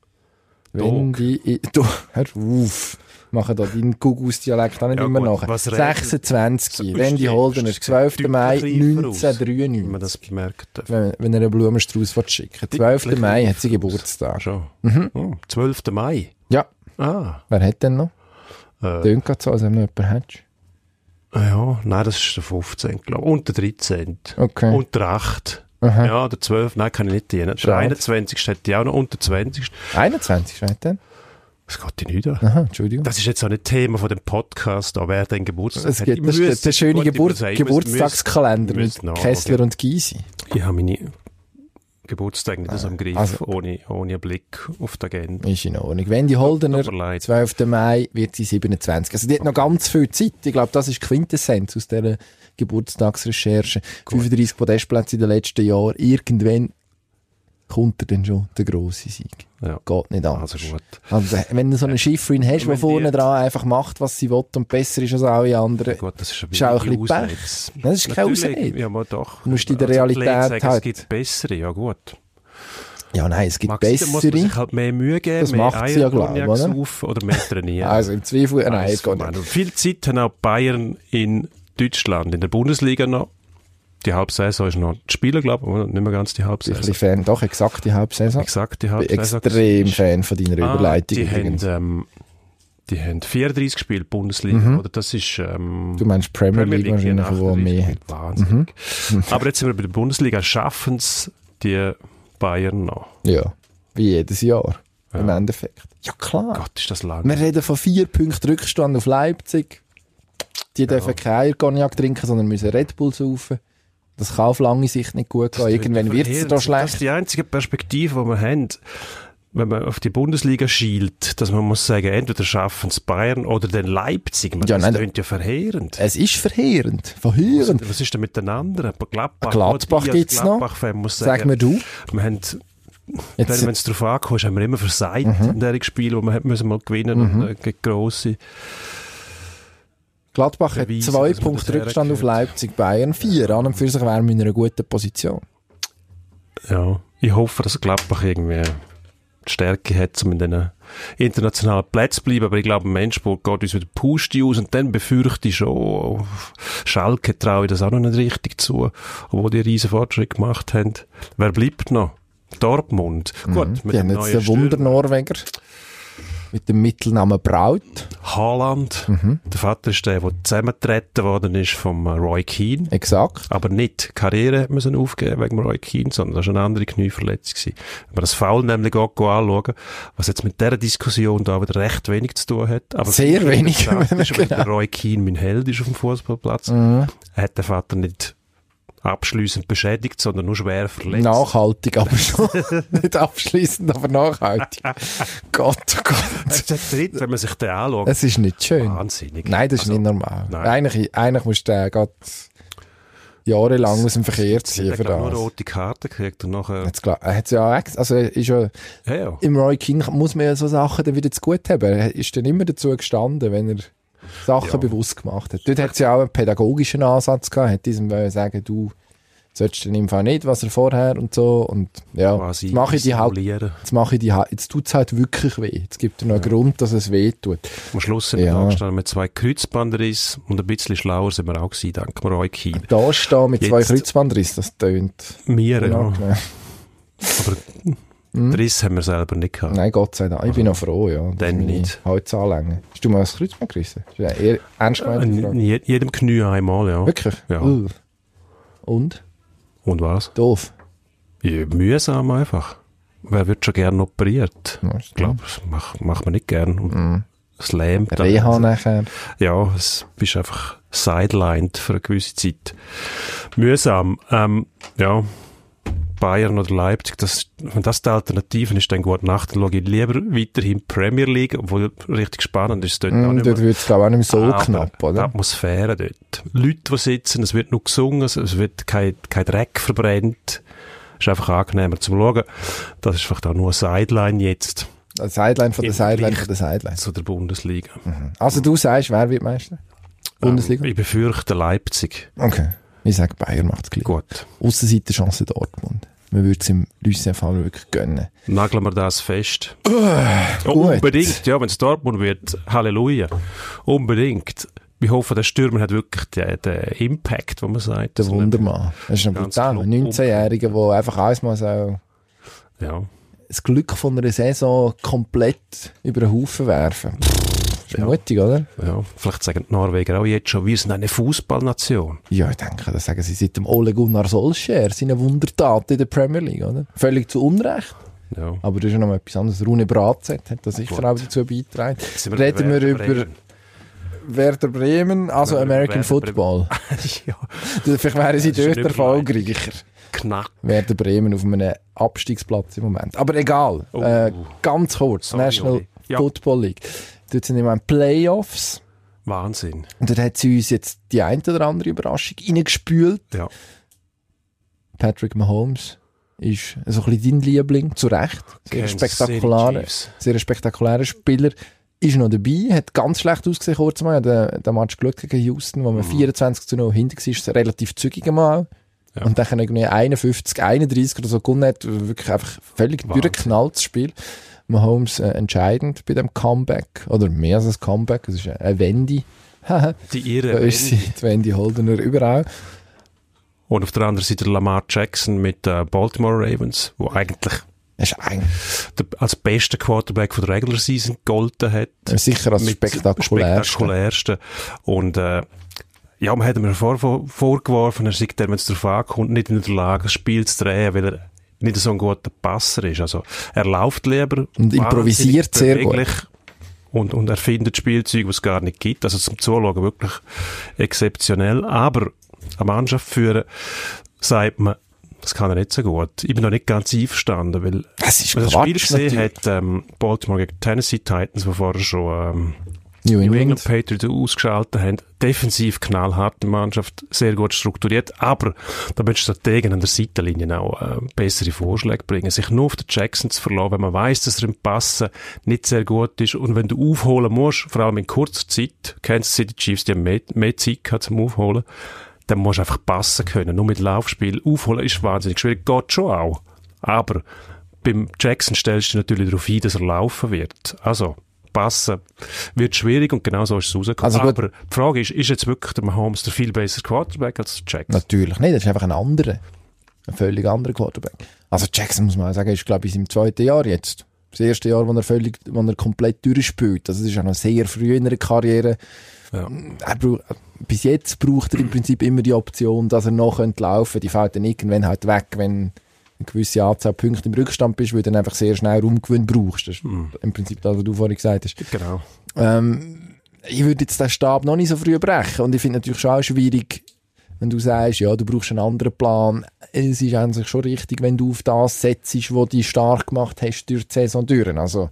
Wendy... Hör auf. Machen da deinen Gugus-Dialekt auch nicht immer nach. 26. Wendy Holdener, 12. Mai 1993. Wenn man das bemerkt. Wenn er einen Blumenstrauß schicken will. 12. Mai hat sie Geburtstag. Schon. Mhm. Oh, 12. Mai? Ja. Ah. Wer hat denn noch? Tönt gerade so, als wenn du noch jemanden hättest. Ja, nein, das ist der 15, glaube ich. Und der 13. Okay. Und der 8. Aha. Ja, der 12. Nein, kann ich nicht dienen. Der 21. hätte ich auch noch. Und der 20. 21. Wer hat denn? Das geht dir nicht an. Aha, Entschuldigung. Das ist jetzt auch nicht Thema von dem Podcast, da wer den Geburtstag hat. Das ist der schöne Geburtstagskalender mit Kessler und Gysi. Ich habe meine Geburtstag nicht so im Griff, ohne einen Blick auf die Agenda. Ist in Ordnung. Wendy Holdener, 12. Mai wird sie 27. Also die hat noch ganz viel Zeit. Ich glaube, das ist die Quintessenz aus dieser Geburtstagsrecherche. 35 Podestplätze in den letzten Jahren. Irgendwann kommt er dann schon der grosse Sieg. Ja. Geht nicht anders. Also gut. Also, wenn du so eine Schifferin hast, die vorne dran einfach macht, was sie will und besser ist als alle anderen, gut, das ist auch ein bisschen Pech. Das ist keine Ausrede. Ja, aber doch. Du musst in der Realität sagen, halt... Es gibt bessere, ja gut. Ja, nein, es gibt bessere. Muss man sich halt mehr Mühe geben, das mehr macht sie ja, glaube ich, oder mehr trainieren. Also im Zweifel, nein, es geht nicht. Viel Zeit haben auch Bayern in Deutschland, in der Bundesliga noch. Die Halbsaison ist noch zu spielen, glaube ich, nicht mehr ganz die Halbsaison. Ich bin Fan, doch, exakt die Halbsaison. Exakt die Halbsaison. Ich bin extrem Fan von deiner Überleitung. Die haben 34 Spiele Bundesliga, oder? Das ist, du meinst Premier League wahrscheinlich, wo mehr hat. Wahnsinnig. Aber jetzt sind wir bei der Bundesliga, schaffen es die Bayern noch. Ja. Wie jedes Jahr. Im Endeffekt. Ja, klar. Gott, ist das lang. Wir reden von 4 Punkten Rückstand auf Leipzig. Die dürfen keinen Cognac trinken, sondern müssen Red Bull saufen. Das kann auf lange Sicht nicht gut gehen. Irgendwann wird es da schlecht. Das ist die einzige Perspektive, die wir haben, wenn man auf die Bundesliga schielt, dass man muss sagen, entweder schaffen es Bayern oder den Leipzig. Das klingt ja verheerend. Es ist verheerend. Verheerend. Was ist denn mit den anderen? Gladbach gibt es noch. Sag mir du. Wir haben, wenn es darauf ankommt, haben wir immer versagt in diesen Spielen, wo wir müssen mal gewinnen gegen grosse. Gladbach hat 2 Punkte Rückstand auf Leipzig, Bayern 4. An und für sich wären wir in einer guten Position. Ja, ich hoffe, dass Gladbach irgendwie die Stärke hat, um in diesen internationalen Plätzen zu bleiben. Aber ich glaube, Menschburg geht uns wieder Pusti aus und dann befürchte ich schon, Schalke traue ich das auch noch nicht richtig zu, obwohl die riesen Fortschritt gemacht haben. Wer bleibt noch? Dortmund. Gut, mit dem neuen jetzt den Wunder-Norweger. Mit dem Mittelnamen Braut. Haaland. Der Vater ist der zusammengetreten worden ist vom Roy Keane. Exakt. Aber nicht die Karriere müssen aufgeben wegen Roy Keane, sondern das war eine andere Knieverletzung gewesen. Wenn man das Foul nämlich auch anschauen, was jetzt mit dieser Diskussion da wieder recht wenig zu tun hat. Aber sehr wenig. Weil der Roy Keane mein Held ist auf dem Fußballplatz. Hat der Vater nicht abschliessend beschädigt, sondern nur schwer verletzt. Nachhaltig, aber schon. Nicht abschliessend, aber nachhaltig. Gott, oh Gott. Wenn man sich den anschaut. Es ist nicht schön. Wahnsinnig. Nein, das ist nicht normal. Eigentlich musst du den gerade jahrelang aus dem Verkehr ziehen für das. Er hat nur eine rote Karte gekriegt und nachher... Er hat ja auch, also ist ja, im Roy Keane muss man ja so Sachen dann wieder zu gut haben. Er ist dann immer dazu gestanden, wenn er Sachen bewusst gemacht hat. Dort hat es ja auch einen pädagogischen Ansatz gehabt, hat diesem sagen, du sollst dann im Fall nicht, was er vorher und so, und ja, jetzt tut es halt wirklich weh. Jetzt gibt es noch einen Grund, dass es weh tut. Am Schluss sind wir angestanden mit 2 Kreuzbandriss und ein bisschen schlauer sind wir auch gewesen, dank Roy Keane. Da stehen mit 2 Kreuzbandriss, das tönt. Mir, ja. Aber den Riss haben wir selber nicht gehabt. Nein, Gott sei Dank. Ich bin noch froh, ja. Dann nicht. Heute anlängen. Hast du mal ein Kreuzband gerissen? Das ist eher ernst gemeint. Jedem Knie einmal, ja. Wirklich? Ja. Und? Und was? Doof. Ja, mühsam einfach. Wer wird schon gerne operiert? Ich glaube, das macht man nicht gern. Es lähmt. Reha nachher. Ja, es bist einfach sidelined für eine gewisse Zeit. Mühsam. Ja. Bayern oder Leipzig, wenn das die Alternative ist, dann gut Nacht, dann schaue ich lieber weiterhin Premier League, obwohl richtig spannend ist. Dort dort wird es, glaube ich, auch nicht mehr so knapp, oder? Die Atmosphäre dort. Leute, die sitzen, es wird nur gesungen, es wird kein Dreck verbrennt. Es ist einfach angenehmer zum Schauen. Das ist vielleicht auch nur eine Sideline jetzt. Eine Sideline von der Sideline von der Sideline. Zu der Bundesliga. Also du sagst, wer wird Meister? Bundesliga? Ich befürchte Leipzig. Okay. Ich sage, Bayern macht es gleich. Gut. Aussenseiterchance Dortmund. Man würde es im Lucien Favre wirklich gönnen. Nageln wir das fest. Unbedingt, ja, wenn es Dortmund wird, Halleluja. Unbedingt. Ich hoffe, der Stürmer hat wirklich den Impact, wo man sagt. Der Wundermann. Das ist ein brutal. Ein 19-Jähriger, der einfach alles mal so das Glück von einer Saison komplett über den Haufen werfen. Das ist mutig, oder? Ja, vielleicht sagen die Norweger auch jetzt schon, wir sind eine Fußballnation. Ja, ich denke, das sagen sie seit dem Ole Gunnar Solskjaer, seine Wundertat in der Premier League, oder? Völlig zu Unrecht. Ja. Aber das ist ja noch etwas anderes. Rune Bratzett hat das sicher auch dazu beigetragen. Reden wir über Werder Bremen, also American Football. Ja. Vielleicht wären sie dort erfolgreicher. Knack. Werder Bremen auf einem Abstiegsplatz im Moment. Aber egal. Ganz kurz. National Football League. Dort sind im Moment Playoffs. Wahnsinn. Und dort hat sie uns jetzt die eine oder andere Überraschung reingespült. Ja. Patrick Mahomes ist so ein bisschen dein Liebling, zu Recht. Sehr spektakulärer Spieler. Ist noch dabei, hat ganz schlecht ausgesehen kurz mal. Den Match geschaut gegen Houston, wo man 24-0 hinter war, ist relativ zügig mal. Ja. Und dann irgendwie 51, 31 oder so gewonnen hat, wirklich einfach völlig durchgeknallt, das Spiel. Mahomes entscheidend bei dem Comeback, oder mehr als ein Comeback, es ist eine Wende. Die ihre da ist sie, die Wendy Holdener überall. Und auf der anderen Seite Lamar Jackson mit Baltimore Ravens, wo eigentlich als bester Quarterback von der Regular Season gegolten hat. Sicher als spektakulärste. Und ja, man hat mir vorgeworfen, er sei der, wenn es darauf ankommt, nicht in der Lage, das Spiel zu drehen, weil er nicht so ein guter Passer ist. Also, er läuft lieber. Und improvisiert sehr gut. Und erfindet Spielzeuge, die es gar nicht gibt. Also zum Zuschauen wirklich exzeptionell. Aber eine Mannschaft führen, sagt man, das kann er nicht so gut. Ich bin noch nicht ganz einverstanden, weil das ist wenn das Spiel gesehen natürlich. hat, Baltimore gegen Tennessee Titans, die vorher schon New New England. England Patriots ausgeschaltet haben, defensiv knallhart, die Mannschaft sehr gut strukturiert, aber da müssen Strategen an der Seitenlinie auch bessere Vorschläge bringen, sich nur auf den Jackson zu verlassen, wenn man weiss, dass er im Passen nicht sehr gut ist und wenn du aufholen musst, vor allem in kurzer Zeit, Kansas City Chiefs, die haben mehr Zeit gehabt zum Aufholen, dann musst du einfach passen können. Nur mit Laufspiel aufholen ist wahnsinnig schwierig, geht schon auch, aber beim Jackson stellst du natürlich darauf ein, dass er laufen wird. Also passen wird schwierig und genau so ist es rausgekommen. Also aber die Frage ist jetzt wirklich der Mahomes der viel bessere Quarterback als der Jackson? Natürlich nicht, das ist einfach ein völlig anderer Quarterback. Also Jackson, muss man auch sagen, ist glaube ich im 2. Jahr jetzt. Das erste Jahr, wo er komplett durchspielt. Also das ist auch noch sehr früh in einer Karriere. Ja. Bis jetzt braucht er im Prinzip immer die Option, dass er noch laufen könnte. Die fällt dann irgendwann halt weg, wenn eine gewisse Anzahl Punkte im Rückstand bist, weil du dann einfach sehr schnell Raumgewinn brauchst. Das ist im Prinzip das, was du vorhin gesagt hast. Genau. Ich würde jetzt den Stab noch nicht so früh brechen. Und ich finde natürlich schon auch schwierig, wenn du sagst, ja, du brauchst einen anderen Plan. Es ist eigentlich schon richtig, wenn du auf das setzt, was dich stark gemacht hast durch die Saison durch. Also,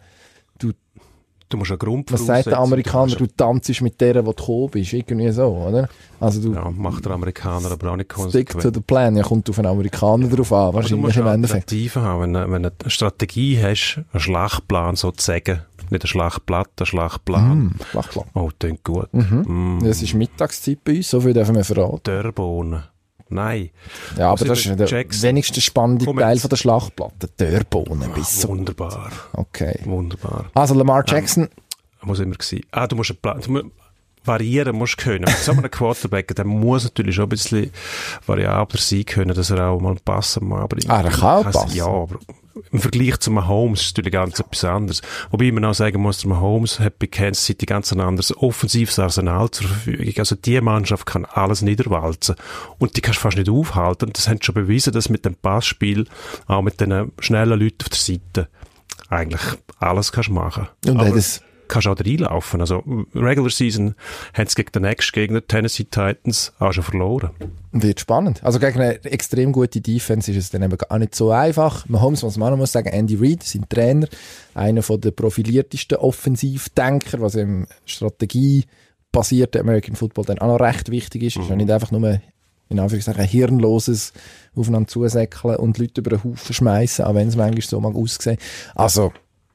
du musst einen Grund was sagt der Amerikaner? Du tanzt mit der, wo du gekommen bist. Irgendwie so, oder? Also ja, macht der Amerikaner aber auch nicht konsequent. konsequent. Stick to the plan. Ja, kommt auf einen Amerikaner drauf an. Wahrscheinlich im Endeffekt. Du musst haben. Wenn du eine Strategie hast, einen Schlachtplan sozusagen, nicht ein Schlachtblatt, ein Schlachtplan. Schlachtplan. Oh, das klingt gut. Das ist Mittagszeit bei uns, so viel dürfen wir verraten. Dörrbohnen. Nein. Ja, aber das ist der wenigste spannende Teil von der Schlachtplatte. Dörrbohnen. Wunderbar. Okay. Wunderbar. Also Lamar Jackson. Muss immer gewesen. Du musst einen Plan, variieren musst können. Mit so einem Quarterback, der muss natürlich schon ein bisschen variabler sein können, dass er auch mal einen Pass anbringt. Er kann auch passen. Ja, aber im Vergleich zu Mahomes ist es natürlich ganz etwas anderes. Wobei man auch sagen muss, der Mahomes hat bei Kansas City ganz ein anderes offensives Arsenal zur Verfügung. Also die Mannschaft kann alles niederwalzen. Und die kannst du fast nicht aufhalten. Und das haben schon bewiesen, dass mit dem Passspiel, auch mit den schnellen Leuten auf der Seite, eigentlich alles kannst machen. Und aber das kannst auch reinlaufen. Also Regular Season haben sie gegen den nächsten Gegner, Tennessee Titans, auch schon verloren. Wird spannend. Also gegen eine extrem gute Defense ist es dann eben gar nicht so einfach. Mahomes, was man auch noch muss sagen, Andy Reid, sein Trainer, einer von der profiliertesten Offensivdenker, was im strategiebasierten American Football dann auch noch recht wichtig ist. Ist ja nicht einfach nur in Anführungszeichen hirnloses aufeinander zusäckeln und Leute über den Haufen schmeißen, auch wenn es manchmal so mag aussehen. Also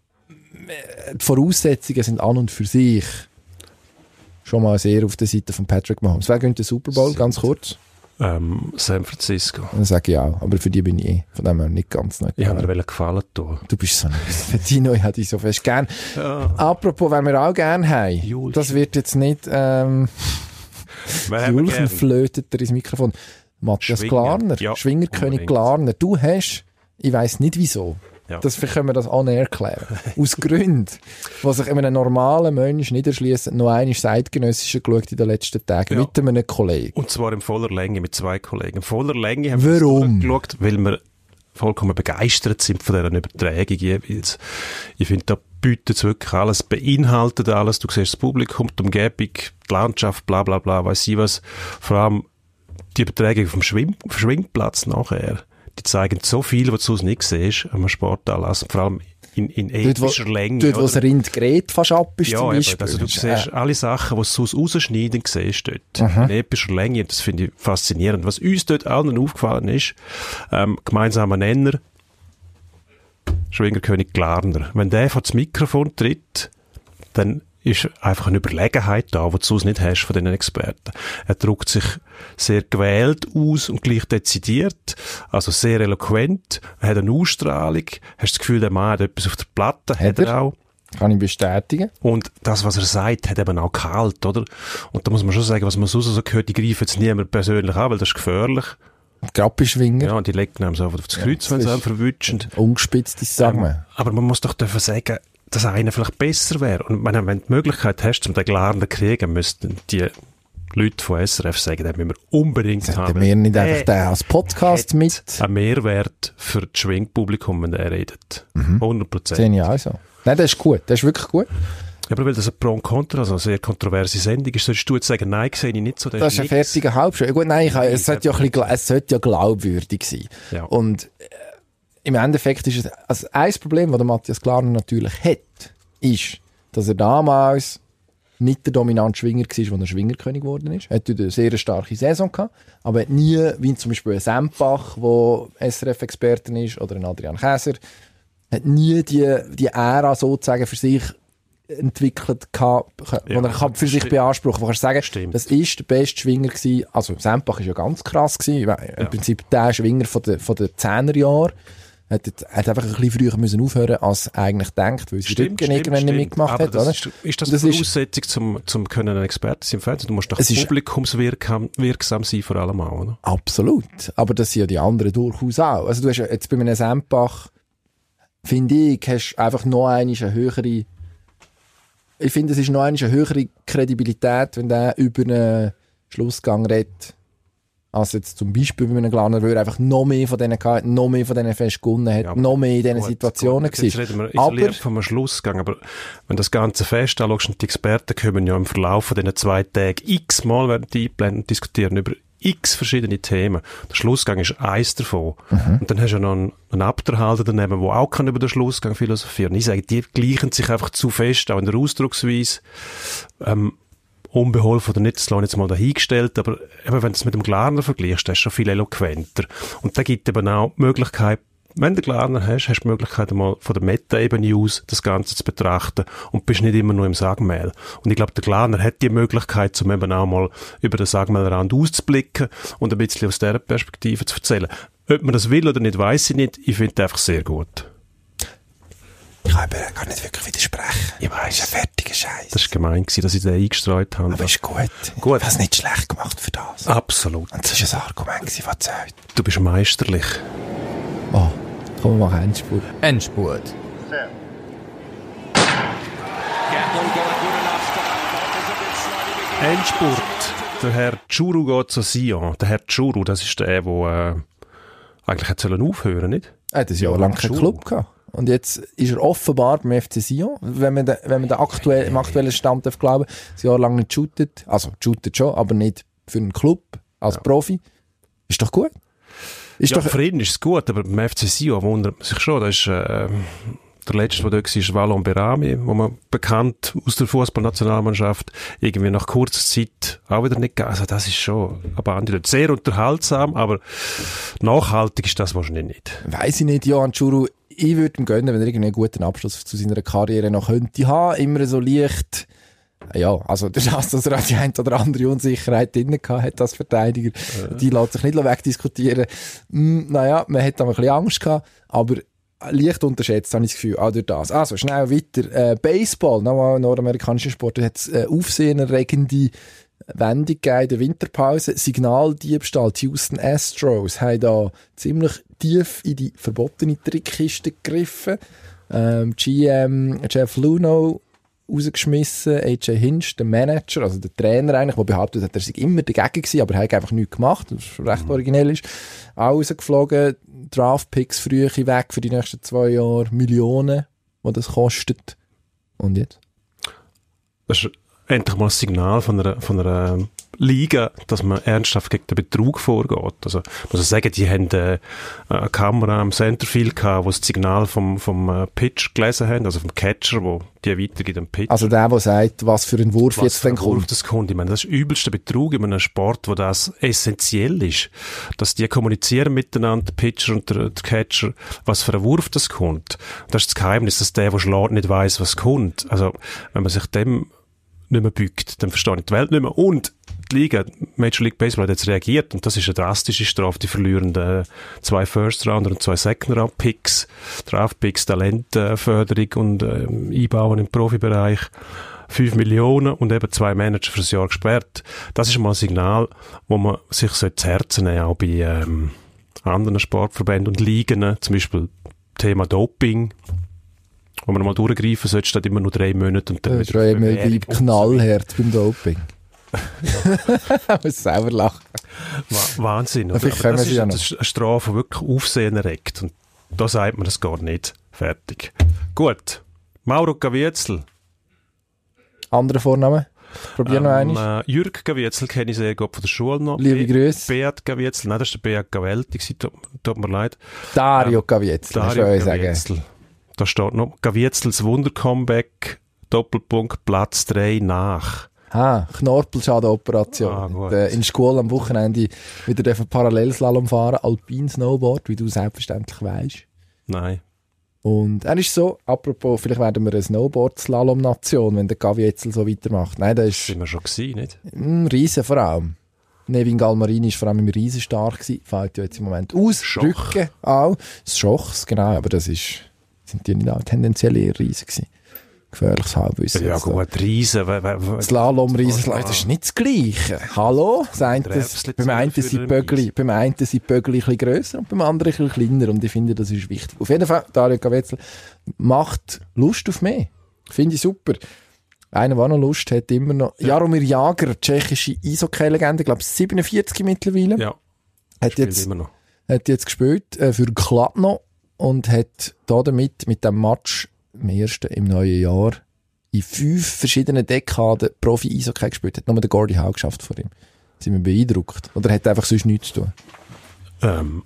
die Voraussetzungen sind an und für sich schon mal sehr auf der Seite von Patrick Mahomes. Wer gewinnt den Super Bowl, ganz kurz? San Francisco. Das sage ich auch, aber für die bin ich von dem her nicht ganz nett. Ich habe mir gefallen tun. Du bist so ein Fettino, ich hätte dich so fest gern. Ja. Apropos, wenn wir auch gern haben, Julchen. Das wird jetzt nicht Julchen flötet er ins Mikrofon. Matthias Glarner, ja, Schwingerkönig Glarner. Du hast, ich weiss nicht wieso, ja. Das können wir das erklären. Aus Gründen, die sich einem normalen Mensch nicht erschließen, noch einmal Zeitgenössische geschaut in den letzten Tagen mit einem Kollegen. Und zwar in voller Länge mit 2 Kollegen. In voller Länge haben wir geschaut, weil wir vollkommen begeistert sind von dieser Übertragung jeweils. Ich finde, da bietet es wirklich alles, beinhaltet alles. Du siehst das Publikum, die Umgebung, die Landschaft, bla bla bla, weiss ich was. Vor allem die Übertragung vom Schwingplatz nachher. Die zeigen so viel, was du sonst nicht siehst, am Sportanlass, vor allem in epischer Länge. Dort, wo das Rindgerät fast ab ist, ja, zum Beispiel. Also du siehst alle Sachen, die du sonst rausschneiden siehst dort. In epischer Länge, das finde ich faszinierend. Was uns dort allen aufgefallen ist, gemeinsamer Nenner, Schwingerkönig Glarner. Wenn der vor das Mikrofon tritt, dann ist einfach eine Überlegenheit da, die du sonst nicht hast von diesen Experten. Er drückt sich sehr gewählt aus und gleich dezidiert, also sehr eloquent, er hat eine Ausstrahlung, hast das Gefühl, der Mann hat etwas auf der Platte, hat er auch. Kann ich bestätigen. Und das, was er sagt, hat eben auch Gehalt, oder? Und da muss man schon sagen, was man sonst so gehört, die greifen jetzt niemand persönlich an, weil das ist gefährlich. Grappischwinger. Ja, und die legen einem so auf das Kreuz, wenn sie einem verwutschen. Ungespitztes sagen wir. Aber man muss doch dürfen sagen, dass einer vielleicht besser wäre. Und wenn du die Möglichkeit hast, um den Glarner zu kriegen, müssten die Leute von SRF sagen, den müssen wir unbedingt haben. Sollten wir nicht einfach den als Podcast mit? Ein Mehrwert für das Schwingpublikum, wenn er redet. 100%. Sehe ich auch so. Nein, das ist gut. Das ist wirklich gut. Aber weil das ein Pro und Contra, also eine sehr kontroverse Sendung ist, solltest du jetzt sagen, nein, sehe ich nicht so. Das ist ein fertiger Halbschritt. Gut, nein, es sollte ja glaubwürdig sein. Ja. Und im Endeffekt ist es, also ein Problem, das der Matthias Glarner natürlich hat, ist, dass er damals nicht der dominante Schwinger war, als er Schwingerkönig geworden ist. Er hatte eine sehr starke Saison gehabt, aber hat nie, wie zum Beispiel ein Sempach, der SRF-Experte ist, oder ein Adrian Käser, hat nie die Ära sozusagen für sich entwickelt gehabt, wo er kann für sich beanspruchen. Wo kannst du sagen, Stimmt. das ist der beste Schwinger gewesen. Also Sempach ist ja ganz krass gewesen. Im Prinzip der Schwinger von den 10er Jahren. Hat einfach ein bisschen früher müssen aufhören, als eigentlich denkt, weil sie Rücken irgendwann nicht mitgemacht hat. Das oder? ist das Voraussetzung zum können ein Experte sein im Fernsehen? Du musst doch publikumswirksam sein, vor allem auch, oder? Absolut. Aber das sind ja die anderen durchaus auch. Also du hast ja jetzt bei einem Sempach, finde ich, hast einfach noch eine höhere, ich finde, es ist noch eine höhere Kredibilität, wenn der über einen Schlussgang redet, als jetzt zum Beispiel bei einem Glarner, weil er einfach noch mehr von denen gehabt, noch mehr von denen fest gewonnen hat, noch mehr in diesen Situationen war. Jetzt reden wir isoliert vom Schlussgang, aber wenn das ganze Fest anschaust und die Experten kommen ja im Verlauf von diesen 2 Tagen x-mal werden die einblenden und diskutieren über x verschiedene Themen. Der Schlussgang ist eins davon. Und dann hast du ja noch einen Abderhalter daneben, der auch kann über den Schlussgang philosophieren. Ich sage, die gleichen sich einfach zu fest, auch in der Ausdrucksweise. Unbeholfen oder nicht, das lasse ich jetzt mal dahingestellt, aber eben, wenn du es mit dem Glarner vergleichst, das ist schon viel eloquenter. Und da gibt eben auch die Möglichkeit, wenn du Glarner hast, hast du die Möglichkeit, einmal von der Meta-Ebene aus das Ganze zu betrachten und bist nicht immer nur im Sagmehl. Und ich glaube, der Glarner hat die Möglichkeit, um eben auch mal über den Sagmehlrand auszublicken und ein bisschen aus dieser Perspektive zu erzählen. Ob man das will oder nicht, weiss ich nicht. Ich finde es einfach sehr gut. Ich kann nicht wirklich widersprechen. Ich weiss. Das ist ein fertiger Scheiß. Das war gemein, dass ich den eingestreut habe. Aber ist gut. Gut. Ich habe es nicht schlecht gemacht für das. Absolut. Und das war ein Argument, das zählt. Du bist meisterlich. Oh, komm, wir machen Endspurt. Endspurt. Endspurt. Der Herr Djourou geht zu Sion. Der Herr Djourou, das ist der eigentlich hätte aufhören, nicht? Er hat ein Jahr lang keinen Club gehabt. Und jetzt ist er offenbar beim FC Sion, wenn man im aktuellen Stand darf glauben, ein Jahr lang nicht shootet. Also shootet schon, aber nicht für einen Club als Profi. Ist doch gut. Für ihn ist es gut, aber beim FC Sion wundert man sich schon. Da ist der letzte, der dort war, ist Valon Berami, wo man bekannt aus der Fußballnationalmannschaft irgendwie nach kurzer Zeit auch wieder nicht gegeben. Also das ist schon sehr unterhaltsam, aber nachhaltig ist das wahrscheinlich nicht. Weiss ich nicht, Johann Djourou. Ich würde ihm gönnen, wenn er irgendwie einen guten Abschluss zu seiner Karriere noch könnte haben. Immer so leicht, ja, also der Chance, dass er auch die eine oder andere Unsicherheit drin hat als Verteidiger, die lässt sich nicht wegdiskutieren. Naja, man hat da ein bisschen Angst gehabt, aber leicht unterschätzt, habe ich das Gefühl, auch durch das. Also, schnell weiter. Baseball, nochmal ein nordamerikanischer Sport, hat es aufsehenerregende Wendung gegeben in der Winterpause. Signaldiebstahl. Die Houston Astros haben da ziemlich tief in die verbotene Trickkiste gegriffen. GM Jeff Luhnow rausgeschmissen, AJ Hinch, der Manager, also der Trainer eigentlich, der behauptet hat, er sei immer dagegen gewesen, aber er hat einfach nichts gemacht, was recht originell ist. Auch rausgeflogen, Draftpicks früher weg für die nächsten 2 Jahre, Millionen, die das kostet. Und jetzt? Das ist endlich mal ein Signal von einer Liga, dass man ernsthaft gegen den Betrug vorgeht. Also, ich muss sagen, die haben eine Kamera am Centerfield gehabt, wo das Signal vom Pitch gelesen haben, also vom Catcher, wo die weitergibt am Pitch. Also der sagt, was für ein Wurf jetzt denn kommt. Das kommt. Ich meine, das ist übelster Betrug in einem Sport, wo das essentiell ist, dass die kommunizieren miteinander, der Pitcher und der Catcher, was für ein Wurf das kommt. Das ist das Geheimnis, dass der schlägt, nicht weiss, was kommt. Also, wenn man sich dem nicht mehr bückt, dann verstehe ich die Welt nicht mehr. Und die Liga, Major League Baseball, hat jetzt reagiert und das ist eine drastische Strafe. Die verlieren 2 First-Rounder und 2 Second-Round-Picks, Draft-Picks, Talentförderung und Einbauen im Profibereich, 5 Millionen und eben 2 Manager für ein Jahr gesperrt. Das ist mal ein Signal, wo man sich zu Herzen nehmen, auch bei anderen Sportverbänden und Ligen, zum Beispiel Thema Doping, wo man mal durchgreifen sollte, statt immer nur 3 Monate und dann wieder knallhart beim Doping. Ich muss selber lachen. Wahnsinn. Oder? Vielleicht Aber können das wir ist sie ja eine Strafe, die wirklich Aufsehen erregt. Und da sagt man das gar nicht. Fertig. Gut. Mauro Gavietzel. Andere Vornamen? Probier noch einmal. Jürg Gavietzel kenne ich sehr gut von der Schule noch. Liebe Grüße. Beat Gavietzel. Nein, das ist der Beat Gavelti. Tut mir leid. Dario Gavietzel, Dario ich sagen. Gavietzel. Da steht noch Gavietzels Wundercomeback, Doppelpunkt, Platz 3 nach. Knorpelschadenoperation. gut. In der Schule am Wochenende wieder Parallelslalom fahren, Alpin Snowboard, wie du selbstverständlich weisst. Nein. Und er ist so, apropos, vielleicht werden wir eine Snowboard-Slalom-Nation, wenn der Gavietzel so weitermacht. Nein, das ist Das sind wir schon gewesen, nicht? ein Riesen vor allem. Nevin Galmarini war vor allem im Riesen stark gewesen, fällt ja jetzt im Moment aus. Schoch. Rücken auch. Das Schochs, genau, aber das sind die nicht auch tendenziell eher Riesen gewesen. Gefährliches Halbwissen. Ja Also, gut, Riesen. Slalom-Riesen, das ist nicht das Gleiche. Hallo? Beim einen sind die Bögli ein bisschen grösser und beim anderen ein bisschen kleiner. Und ich finde, das ist wichtig. Auf jeden Fall, Dario Gavietzel macht Lust auf mehr. Finde ich super. Einer, der auch noch Lust hat, immer noch. Jaromír Jágr, tschechische Eishockey-Legende, glaube ich 47 mittlerweile. Ja, Hat jetzt, immer noch. hat jetzt gespielt für Kladno und hat damit mit dem Match im ersten im neuen Jahr in 5 verschiedenen Dekaden Profi-Eishockey gespielt. Hat nur der Gordie Howe geschafft vor ihm. Sind wir beeindruckt. Oder hat einfach sonst nichts zu tun?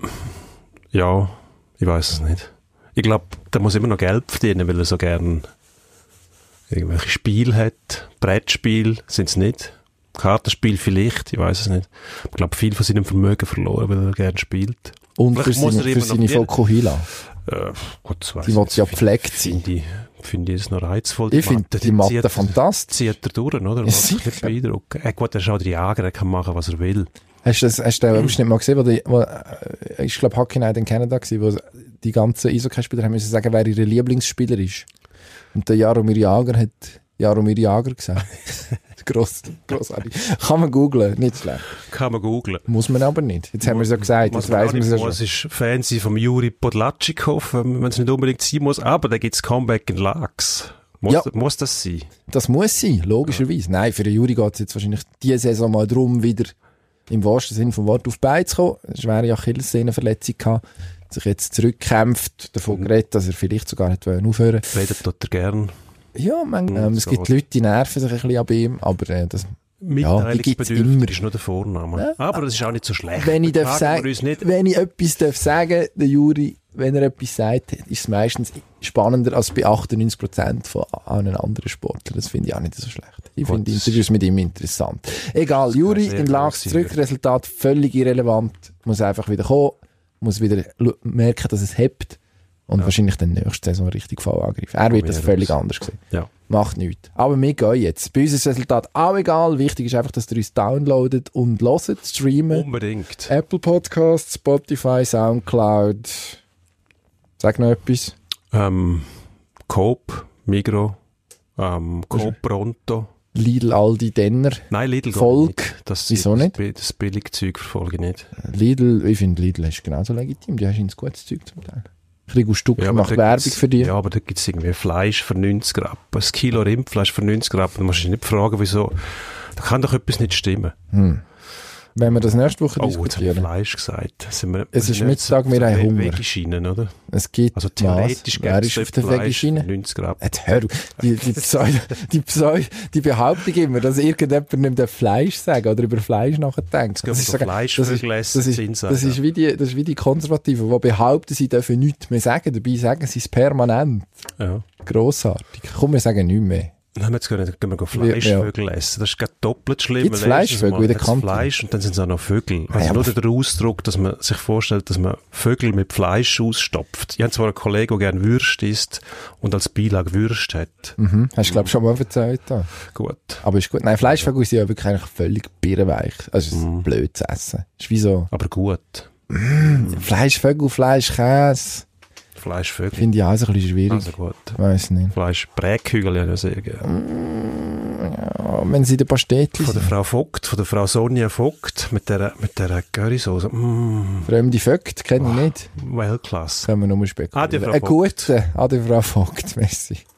Ja, ich weiß es nicht. Ich glaube, der muss immer noch Geld verdienen, weil er so gern irgendwelche Spiele hat. Brettspiel sind es nicht. Kartenspiel vielleicht, ich weiß es nicht. Ich glaube, viel von seinem Vermögen verloren, weil er gerne spielt. Und für Vielleicht muss er seine immer noch Fokuhila. Gut, das weiss Die ich will nicht. ja gepflegt sein. Finde ich es noch reizvoll. Ich finde die Matte fantastisch. Zieht er durch, oder? Ja, Was mich sicher. beeindruckt. Gut, er ist auch der Jäger, er kann machen, was er will. Hast du den Abschnitt mal gesehen, ich glaube, Hockey Night in Canada war, wo die ganzen Eishockey-Spieler haben müssen sagen, wer ihr Lieblingsspieler ist. Und der Jaromír Jágr hat Jaromír Jágr gesagt. Grossartig. Kann man googlen, nicht schlecht. Kann man googlen. Muss man aber nicht. Jetzt haben wir es ja gesagt, jetzt weiss man es ja schon. Es ist Fancy vom Juri Podlatschikow, wenn es nicht unbedingt sein muss, aber da gibt es Comeback in Lachs. Muss das sein? Das muss sein, logischerweise. Nein, für den Juri geht es jetzt wahrscheinlich diese Saison mal darum, wieder im wahrsten Sinne vom Wort auf die Beine zu kommen. Eine schwere Achillessehnenverletzung gehabt, sich jetzt zurückkämpft, davon geredet, dass er vielleicht sogar hätte aufhören. Redet tut er gern. Ja, es gibt Leute, die nerven sich ein bisschen an ihm, aber das... Mitteilungsbedürftig ist nur der Vorname. Ja. Aber das ist auch nicht so schlecht. Wenn ich Fragen wir uns nicht. wenn ich etwas sagen, der Juri, wenn er etwas sagt, ist es meistens spannender als bei 98% von allen anderen Sportlern. Das finde ich auch nicht so schlecht. Ich finde die Interviews mit ihm interessant. Egal, Juri in Lachs zurück, Resultat völlig irrelevant, muss einfach wieder kommen, muss wieder merken, dass es hebt und wahrscheinlich dann nächste Saison richtig voll angreifen. Er wird das völlig anders sehen. Ja. Macht nichts. Aber wir gehen jetzt. Bei uns ist das Resultat auch egal. Wichtig ist einfach, dass ihr uns downloadet und hört, streamen. Unbedingt. Apple Podcasts, Spotify, Soundcloud. Sag noch etwas. Coop, Migro, Coop Pronto. Lidl, Aldi, Denner. Nein, Lidl Volk. nicht. Wieso nicht? Das Billigzeug verfolge ich nicht. Lidl, ich finde Lidl ist genauso legitim. Die haben ein gutes Zeug zum Teil. Krieg Stuck aber macht da Werbung gibt's- für die. Ja, aber da gibt es irgendwie Fleisch für 90 Rappen. Ein Kilo Rindfleisch für 90 Rappen. Da musst du dich nicht fragen, wieso. Da kann doch etwas nicht stimmen. Wenn wir das nächste Woche Oh, jetzt habe ich diskutieren. Fleisch gesagt. Es ist Mittag, wir haben Hunger. Veggie-Schienen, oder? Es gibt Also theoretisch Wer gibt ist es auf der Fleisch Veggie-Schiene? 90 Rappen. Jetzt hör auf. Die Behauptung immer, dass irgendjemand nicht mehr Fleisch sagen oder über Fleisch nachdenkt. gehen wir so Fleischvögel essen, Sinn sagen. das ist wie die Konservativen, die behaupten, sie dürfen nichts mehr sagen. Dabei sagen sie es permanent. Ja. Grossartig. Komm, wir sagen nichts mehr. Dann haben wir jetzt gehen wir Fleischvögel essen. Das ist gerade doppelt schlimm. Gibt's weil erstens Fleischvögel mal in der hat's Kante? Fleisch und dann sind es auch noch Vögel. Ja, Also aber- nur der Ausdruck, dass man sich vorstellt, dass man Vögel mit Fleisch ausstopft. Ich habe zwar einen Kollegen, der gerne Würst isst und als Beilage Würst hat. Hast du, glaube ich, schon mal erzählt. Da. Gut. Aber ist gut. Nein, Fleischvögel sind ja wirklich eigentlich völlig birrenweich. Also, es ist blöd zu essen. Ist wie so Aber gut. Fleischvögel, Fleischkäse. Fleischvögel. Finde ich auch so ein bisschen schwierig. Also gut. Weiss nicht. Fleischbräghügel habe ich sehr gerne. Ja, wenn sie in der Pastete Von der sind. Frau Vogt, von der Frau Sonja Vogt mit der Currysoße. Fremde Vögte kenne ich nicht. Weltklasse. Können wir nur spekulieren. Adi, Frau Ein Vogt. guter. Adi, Frau Vogt. Merci.